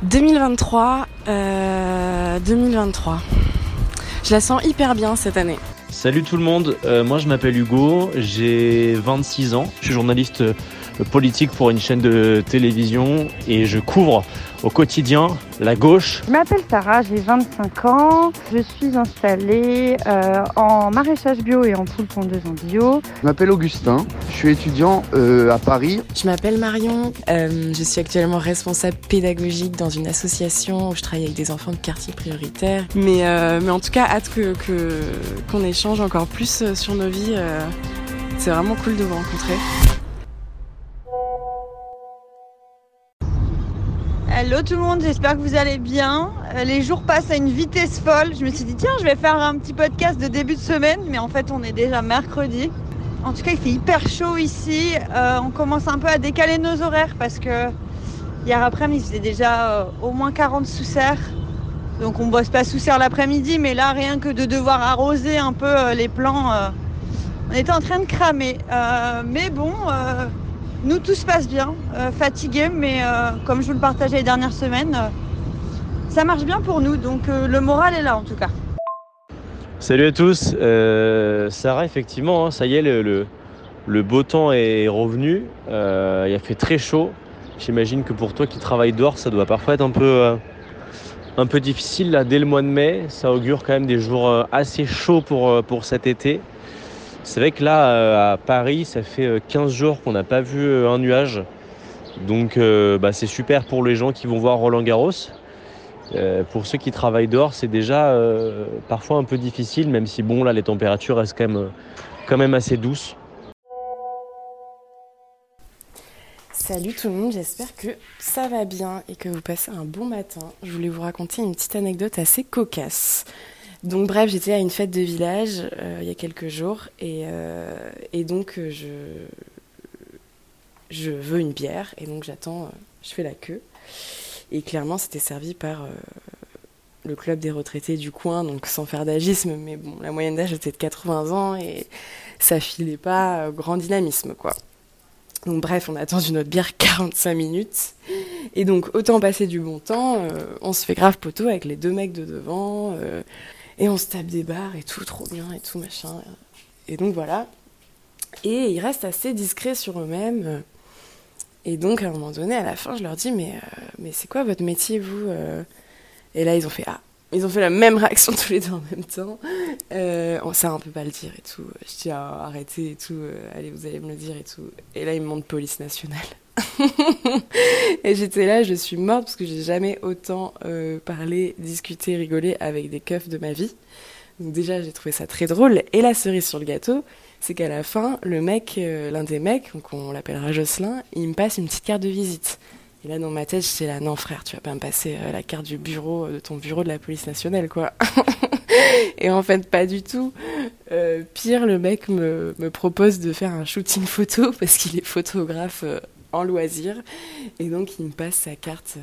2023. Je la sens hyper bien cette année. Salut tout le monde, moi je m'appelle Hugo, j'ai 26 ans, je suis journaliste politique pour une chaîne de télévision et je couvre au quotidien la gauche. Je m'appelle Sarah, j'ai 25 ans, je suis installée en maraîchage bio et en poule pondeuse en bio. Je m'appelle Augustin, je suis étudiant à Paris. Je m'appelle Marion, je suis actuellement responsable pédagogique dans une association où je travaille avec des enfants de quartier prioritaire. Mais en tout cas, hâte qu'on échange encore plus sur nos vies. C'est vraiment cool de vous rencontrer. Hello tout le monde, j'espère que vous allez bien. Les jours passent à une vitesse folle. Je me suis dit tiens, je vais faire un petit podcast de début de semaine, mais en fait on est déjà mercredi. En tout cas, il fait hyper chaud ici. On commence un peu à décaler nos horaires parce que hier après-midi, il faisait déjà au moins 40 sous serre. Donc on bosse pas sous serre l'après-midi, mais là rien que de devoir arroser un peu les plants, on était en train de cramer. Mais bon. Nous, tout se passe bien, fatigués, mais comme je vous le partageais les dernières semaines, ça marche bien pour nous, donc le moral est là en tout cas. Salut à tous, Sarah, effectivement, ça y est, le beau temps est revenu, il a fait très chaud. J'imagine que pour toi qui travailles dehors, ça doit parfois être un peu difficile là, dès le mois de mai. Ça augure quand même des jours assez chauds pour cet été. C'est vrai que là, à Paris, ça fait 15 jours qu'on n'a pas vu un nuage. Donc c'est super pour les gens qui vont voir Roland-Garros. Pour ceux qui travaillent dehors, c'est déjà parfois un peu difficile, même si bon, là, les températures restent quand même assez douces. Salut tout le monde, j'espère que ça va bien et que vous passez un bon matin. Je voulais vous raconter une petite anecdote assez cocasse. Donc bref, j'étais à une fête de village il y a quelques jours et donc je veux une bière et donc j'attends, je fais la queue et clairement c'était servi par le club des retraités du coin, donc sans faire d'agisme, mais bon, la moyenne d'âge était de 80 ans et ça filait pas grand dynamisme quoi. Donc bref, on a attendu notre bière 45 minutes et donc autant passer du bon temps, on se fait grave poteau avec les deux mecs de devant. Et on se tape des barres et tout, trop bien et tout, machin. Et donc voilà. Et ils restent assez discrets sur eux-mêmes. Et donc à un moment donné, à la fin, je leur dis mais c'est quoi votre métier, vous Et là, ils ont fait Ils ont fait la même réaction tous les deux en même temps. Ça, on peut pas le dire et tout. Je dis arrêtez et tout. Allez, vous allez me le dire et tout. Et là, ils me montrent police nationale. Et j'étais là, je suis morte parce que j'ai jamais autant parlé, discuté, rigolé avec des keufs de ma vie. Donc déjà, j'ai trouvé ça très drôle. Et la cerise sur le gâteau, c'est qu'à la fin, le mec, l'un des mecs, donc on l'appellera Jocelyn, il me passe une petite carte de visite. Et là, dans ma tête, j'étais là, non frère, tu vas pas me passer la carte du bureau, de ton bureau de la police nationale, quoi. Et en fait, pas du tout. Pire, le mec me propose de faire un shooting photo parce qu'il est photographe en loisir. Et donc, il me passe sa carte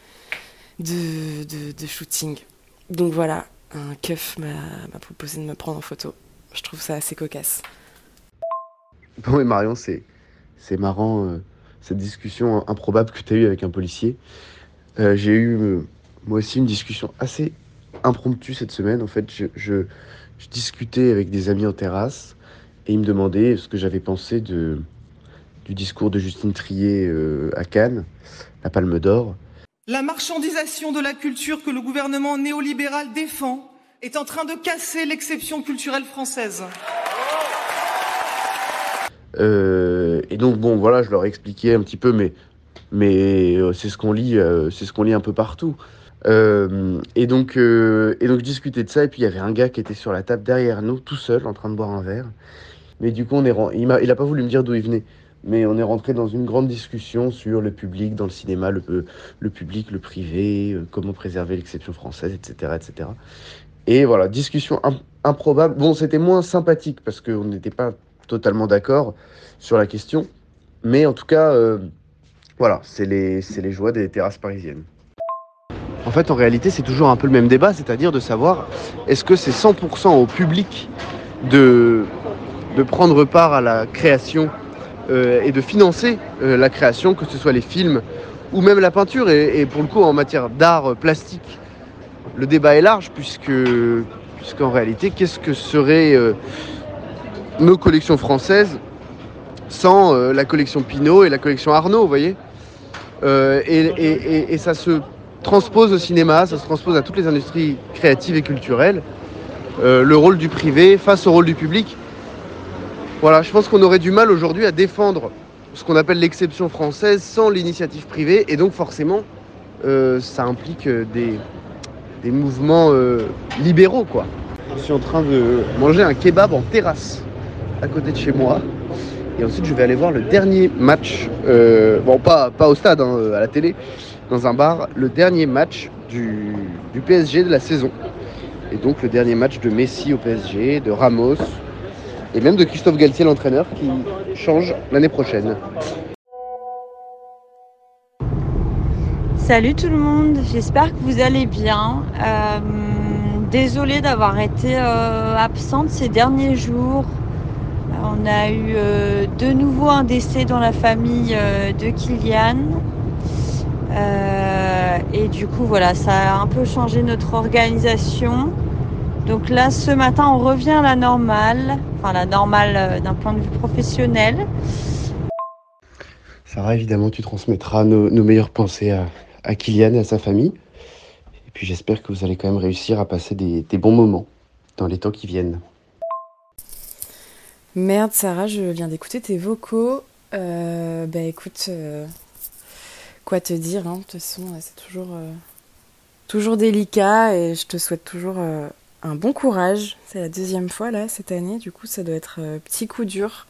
de shooting. Donc voilà, un keuf m'a proposé de me prendre en photo. Je trouve ça assez cocasse. Bon, et Marion, c'est marrant, cette discussion improbable que tu as eue avec un policier. J'ai eu, moi aussi, une discussion assez impromptue cette semaine. En fait, je discutais avec des amis en terrasse et ils me demandaient ce que j'avais pensé du discours de Justine Triet à Cannes, la Palme d'Or. La marchandisation de la culture que le gouvernement néolibéral défend est en train de casser l'exception culturelle française. Et donc bon, voilà, je leur ai expliqué un petit peu, mais c'est ce qu'on lit un peu partout. Et donc je discutais de ça, et puis il y avait un gars qui était sur la table derrière nous, tout seul, en train de boire un verre. Mais du coup, il a pas voulu me dire d'où il venait. Mais on est rentré dans une grande discussion sur le public dans le cinéma, le public, le privé, comment préserver l'exception française, etc., etc. Et voilà, discussion improbable. Bon, c'était moins sympathique parce qu'on n'était pas totalement d'accord sur la question. Mais en tout cas, voilà, c'est les joies des terrasses parisiennes. En fait, en réalité, c'est toujours un peu le même débat, c'est-à-dire de savoir est-ce que c'est 100% au public de prendre part à la création et de financer la création, que ce soit les films ou même la peinture, et pour le coup en matière d'art plastique, le débat est large, puisqu'en réalité, qu'est-ce que seraient nos collections françaises sans la collection Pinault et la collection Arnaud, vous voyez. Et ça se transpose au cinéma, ça se transpose à toutes les industries créatives et culturelles. Le rôle du privé face au rôle du public. Voilà, je pense qu'on aurait du mal aujourd'hui à défendre ce qu'on appelle l'exception française sans l'initiative privée, et donc forcément, ça implique des mouvements libéraux, quoi. Je suis en train de manger un kebab en terrasse à côté de chez moi. Et ensuite, je vais aller voir le dernier match, bon, pas au stade, hein, à la télé, dans un bar, le dernier match du PSG de la saison. Et donc, le dernier match de Messi au PSG, de Ramos, et même de Christophe Galtier, l'entraîneur, qui change l'année prochaine. Salut tout le monde, j'espère que vous allez bien. Désolée d'avoir été absente ces derniers jours. On a eu de nouveau un décès dans la famille de Kylian. Et du coup, voilà, ça a un peu changé notre organisation. Donc là, ce matin, on revient à la normale. Enfin, la normale d'un point de vue professionnel. Sarah, évidemment, tu transmettras nos meilleures pensées à Kylian et à sa famille. Et puis j'espère que vous allez quand même réussir à passer des bons moments dans les temps qui viennent. Merde, Sarah, je viens d'écouter tes vocaux. Écoute, quoi te dire, hein, de toute façon, c'est toujours délicat, et je te souhaite toujours un bon courage. C'est la 2e fois, là, cette année, du coup, ça doit être petit coup dur.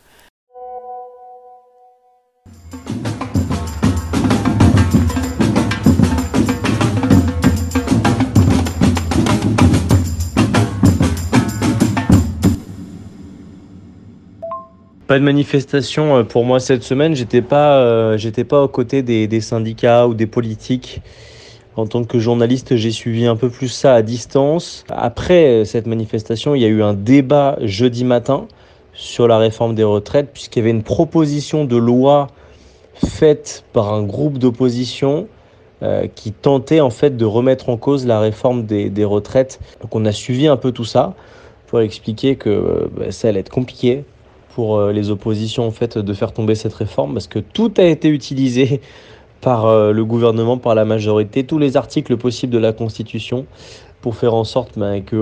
Pas de manifestation pour moi cette semaine. J'étais pas aux côtés des syndicats ou des politiques. En tant que journaliste, j'ai suivi un peu plus ça à distance. Après cette manifestation, il y a eu un débat jeudi matin sur la réforme des retraites, puisqu'il y avait une proposition de loi faite par un groupe d'opposition qui tentait en fait de remettre en cause la réforme des retraites. Donc on a suivi un peu tout ça pour expliquer que ça allait être compliqué pour les oppositions en fait de faire tomber cette réforme, parce que tout a été utilisé par le gouvernement, par la majorité, tous les articles possibles de la Constitution pour faire en sorte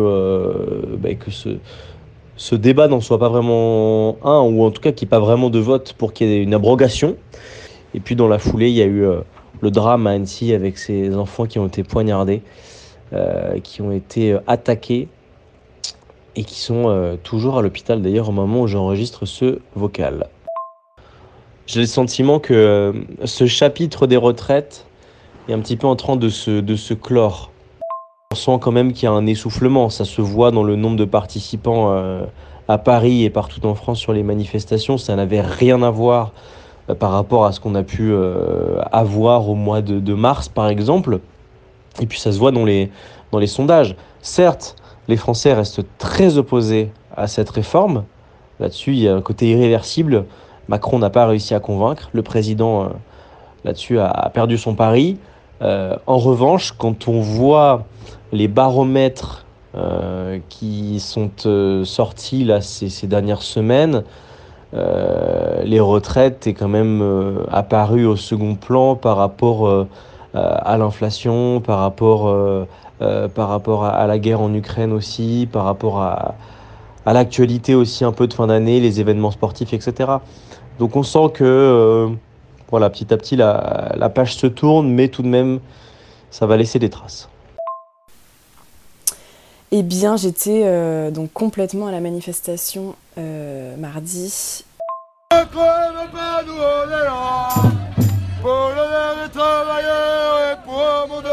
que ce débat n'en soit pas vraiment un, ou en tout cas qu'il n'y ait pas vraiment de vote pour qu'il y ait une abrogation. Et puis dans la foulée, il y a eu le drame à Annecy avec ces enfants qui ont été poignardés, qui ont été attaqués, et qui sont toujours à l'hôpital d'ailleurs au moment où j'enregistre ce vocal. J'ai le sentiment que ce chapitre des retraites est un petit peu en train de se clore. On sent quand même qu'il y a un essoufflement, ça se voit dans le nombre de participants à Paris et partout en France sur les manifestations. Ça n'avait rien à voir par rapport à ce qu'on a pu avoir au mois de mars par exemple. Et puis ça se voit dans les sondages. Certes, les Français restent très opposés à cette réforme. Là-dessus, il y a un côté irréversible. Macron n'a pas réussi à convaincre. Le président, là-dessus, a perdu son pari. En revanche, quand on voit les baromètres qui sont sortis là, ces dernières semaines, les retraites est quand même apparu au second plan par rapport à l'inflation, par rapport à la guerre en Ukraine aussi, par rapport à l'actualité aussi un peu de fin d'année, les événements sportifs, etc. Donc on sent que petit à petit la page se tourne, mais tout de même ça va laisser des traces. Eh bien, j'étais donc complètement à la manifestation mardi. Pour le travailleurs et pour un monde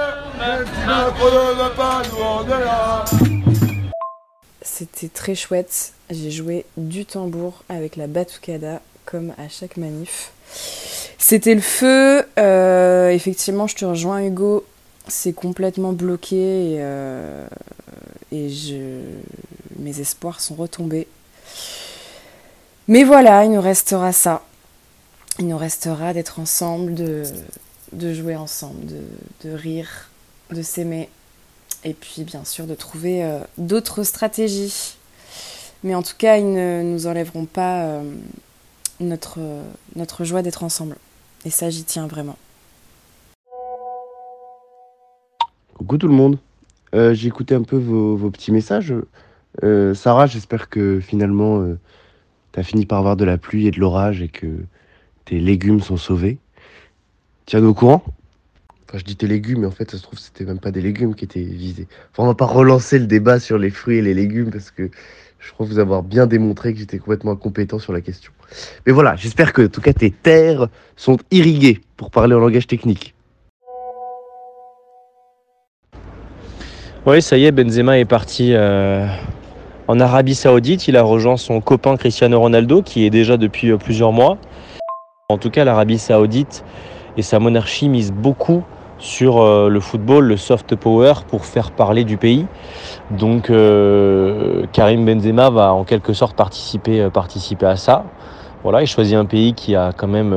meilleur, c'était très chouette. J'ai joué du tambour avec la batucada comme à chaque manif. C'était le feu. Effectivement, je te rejoins, Hugo. C'est complètement bloqué et mes espoirs sont retombés. Mais voilà, il nous restera ça. Il nous restera d'être ensemble, de jouer ensemble, de rire, de s'aimer. Et puis, bien sûr, de trouver d'autres stratégies. Mais en tout cas, ils ne nous enlèveront pas notre joie d'être ensemble. Et ça, j'y tiens vraiment. Coucou tout le monde. J'ai écouté un peu vos petits messages. Sarah, j'espère que finalement, t'as fini par avoir de la pluie et de l'orage et que tes légumes sont sauvés. Tiens-nous au courant. Enfin, je dis tes légumes, mais en fait, ça se trouve, c'était même pas des légumes qui étaient visés. Enfin, on va pas relancer le débat sur les fruits et les légumes parce que je crois vous avoir bien démontré que j'étais complètement incompétent sur la question. Mais voilà, j'espère que, en tout cas, tes terres sont irriguées, pour parler en langage technique. Oui, ça y est, Benzema est parti en Arabie Saoudite. Il a rejoint son copain Cristiano Ronaldo, qui est déjà depuis plusieurs mois. En tout cas, l'Arabie Saoudite et sa monarchie misent beaucoup sur le football, le soft power, pour faire parler du pays. Donc Karim Benzema va en quelque sorte participer à ça. Voilà, il choisit un pays qui a quand même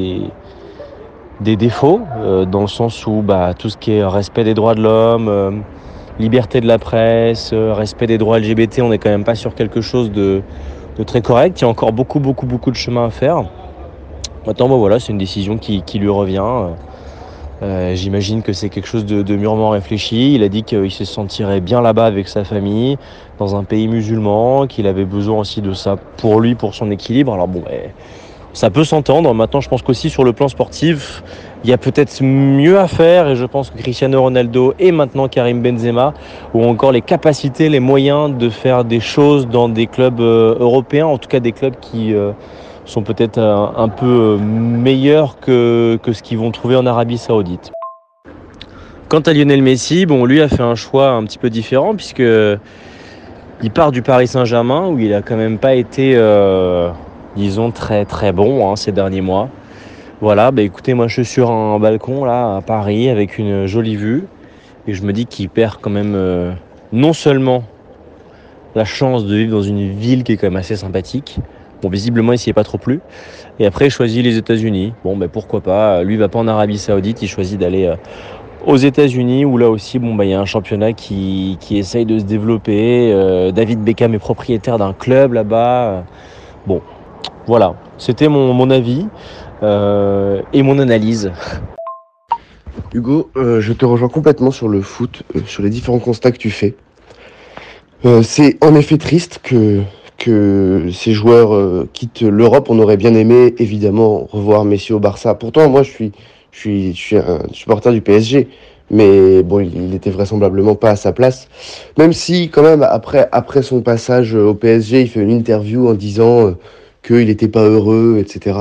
des défauts, dans le sens où tout ce qui est respect des droits de l'homme, liberté de la presse, respect des droits LGBT, on n'est quand même pas sur quelque chose de très correct. Il y a encore beaucoup de chemin à faire. Maintenant, voilà, c'est une décision qui lui revient. J'imagine que c'est quelque chose de mûrement réfléchi. Il a dit qu'il se sentirait bien là-bas avec sa famille, dans un pays musulman, qu'il avait besoin aussi de ça pour lui, pour son équilibre. Alors ça peut s'entendre. Maintenant, je pense qu'aussi sur le plan sportif, il y a peut-être mieux à faire. Et je pense que Cristiano Ronaldo et maintenant Karim Benzema ont encore les capacités, les moyens de faire des choses dans des clubs européens, en tout cas des clubs qui sont peut-être un peu meilleurs que ce qu'ils vont trouver en Arabie Saoudite. Quant à Lionel Messi, lui a fait un choix un petit peu différent, puisque il part du Paris Saint-Germain, où il a quand même pas été, disons, très très bon ces derniers mois. Voilà, écoutez, moi je suis sur un balcon là à Paris avec une jolie vue, et je me dis qu'il perd quand même non seulement la chance de vivre dans une ville qui est quand même assez sympathique. Bon, visiblement, il s'y est pas trop plu. Et après, il choisit les États-Unis. Pourquoi pas. Lui, il va pas en Arabie Saoudite. Il choisit d'aller aux États-Unis, où là aussi, il y a un championnat qui essaye de se développer. David Beckham est propriétaire d'un club là-bas. Voilà. C'était mon avis et mon analyse. Hugo, je te rejoins complètement sur le foot, sur les différents constats que tu fais. C'est en effet triste que ces joueurs quittent l'Europe. On aurait bien aimé, évidemment, revoir Messi au Barça. Pourtant, moi, je suis un supporter du PSG. Mais bon, il était vraisemblablement pas à sa place. Même si, quand même, après son passage au PSG, il fait une interview en disant qu'il n'était pas heureux, etc.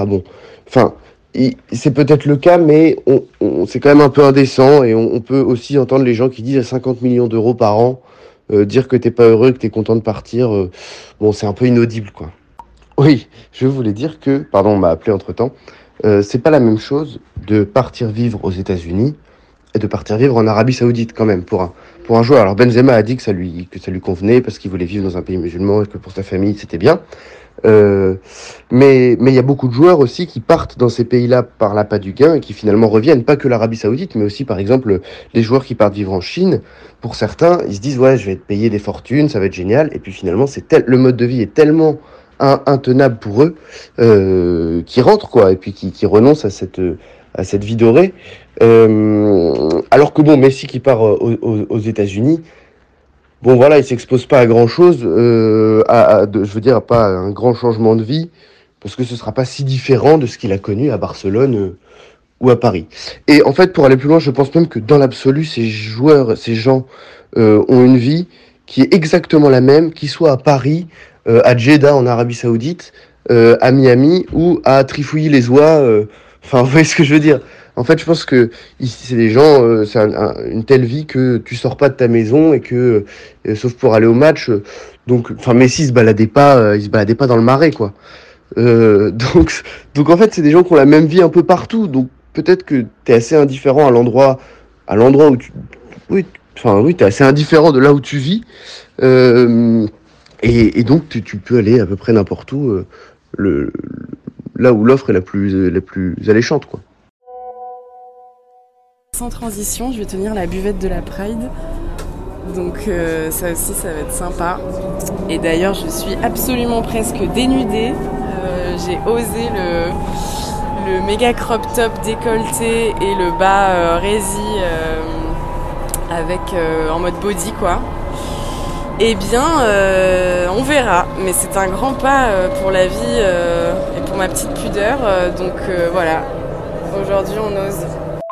C'est peut-être le cas, mais c'est quand même un peu indécent. Et on peut aussi entendre les gens qui disent à 50 millions d'euros par an, dire que t'es pas heureux, que t'es content de partir, c'est un peu inaudible, quoi. Oui, je voulais dire que, pardon, on m'a appelé entre-temps, c'est pas la même chose de partir vivre aux États-Unis et de partir vivre en Arabie Saoudite, quand même, pour un joueur. Alors Benzema a dit que ça lui convenait parce qu'il voulait vivre dans un pays musulman et que pour sa famille, c'était bien. Mais il y a beaucoup de joueurs aussi qui partent dans ces pays-là par l'appât du gain et qui finalement reviennent, pas que l'Arabie Saoudite, mais aussi par exemple les joueurs qui partent vivre en Chine. Pour certains, ils se disent ouais, je vais être payé des fortunes, ça va être génial, et puis finalement le mode de vie est tellement intenable pour eux qu'ils rentrent, quoi, et puis qui renoncent à cette vie dorée. Alors que Messi qui part aux États-Unis, il s'expose pas à grand chose, je veux dire, pas à un grand changement de vie, parce que ce sera pas si différent de ce qu'il a connu à Barcelone ou à Paris. Et en fait, pour aller plus loin, je pense même que dans l'absolu, ces gens ont une vie qui est exactement la même, qu'ils soient à Paris, à Jeddah en Arabie Saoudite, à Miami ou à Trifouilly-les-Oies. Vous voyez ce que je veux dire? En fait, je pense que ici, c'est des gens, c'est une telle vie que tu sors pas de ta maison et que, sauf pour aller au match, Messi il se baladait pas dans le Marais, quoi. Donc en fait, c'est des gens qui ont la même vie un peu partout. Donc peut-être que t'es assez indifférent à l'endroit où t'es assez indifférent de là où tu vis, et donc tu peux aller à peu près n'importe où, là où l'offre est la plus alléchante, quoi. Sans transition, je vais tenir la buvette de la Pride. Donc ça aussi, ça va être sympa. Et d'ailleurs, je suis absolument presque dénudée. J'ai osé le méga crop top décolleté et le bas rési avec en mode body quoi. Eh bien, on verra. Mais c'est un grand pas pour la vie et pour ma petite pudeur. Donc voilà, aujourd'hui on ose.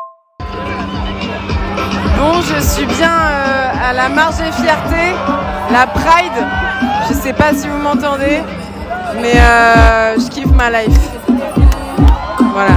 Bon, je suis bien à la Marche des Fiertés, la Pride. Je sais pas si vous m'entendez, mais je kiffe ma life. Voilà.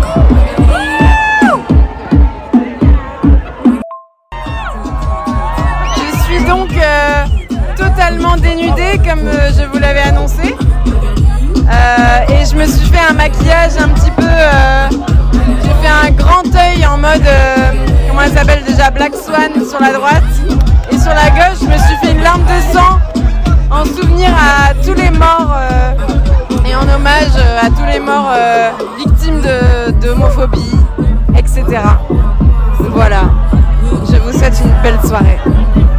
Je suis donc totalement dénudée, comme je vous l'avais annoncé. Et je me suis fait un maquillage un petit peu... j'ai fait un grand œil en mode... comment elle s'appelle déjà, Black Swan sur la droite. Et sur la gauche, je me suis fait une larme de sang en souvenir à tous les morts et en hommage à tous les morts victimes d'homophobie, etc. Voilà, je vous souhaite une belle soirée.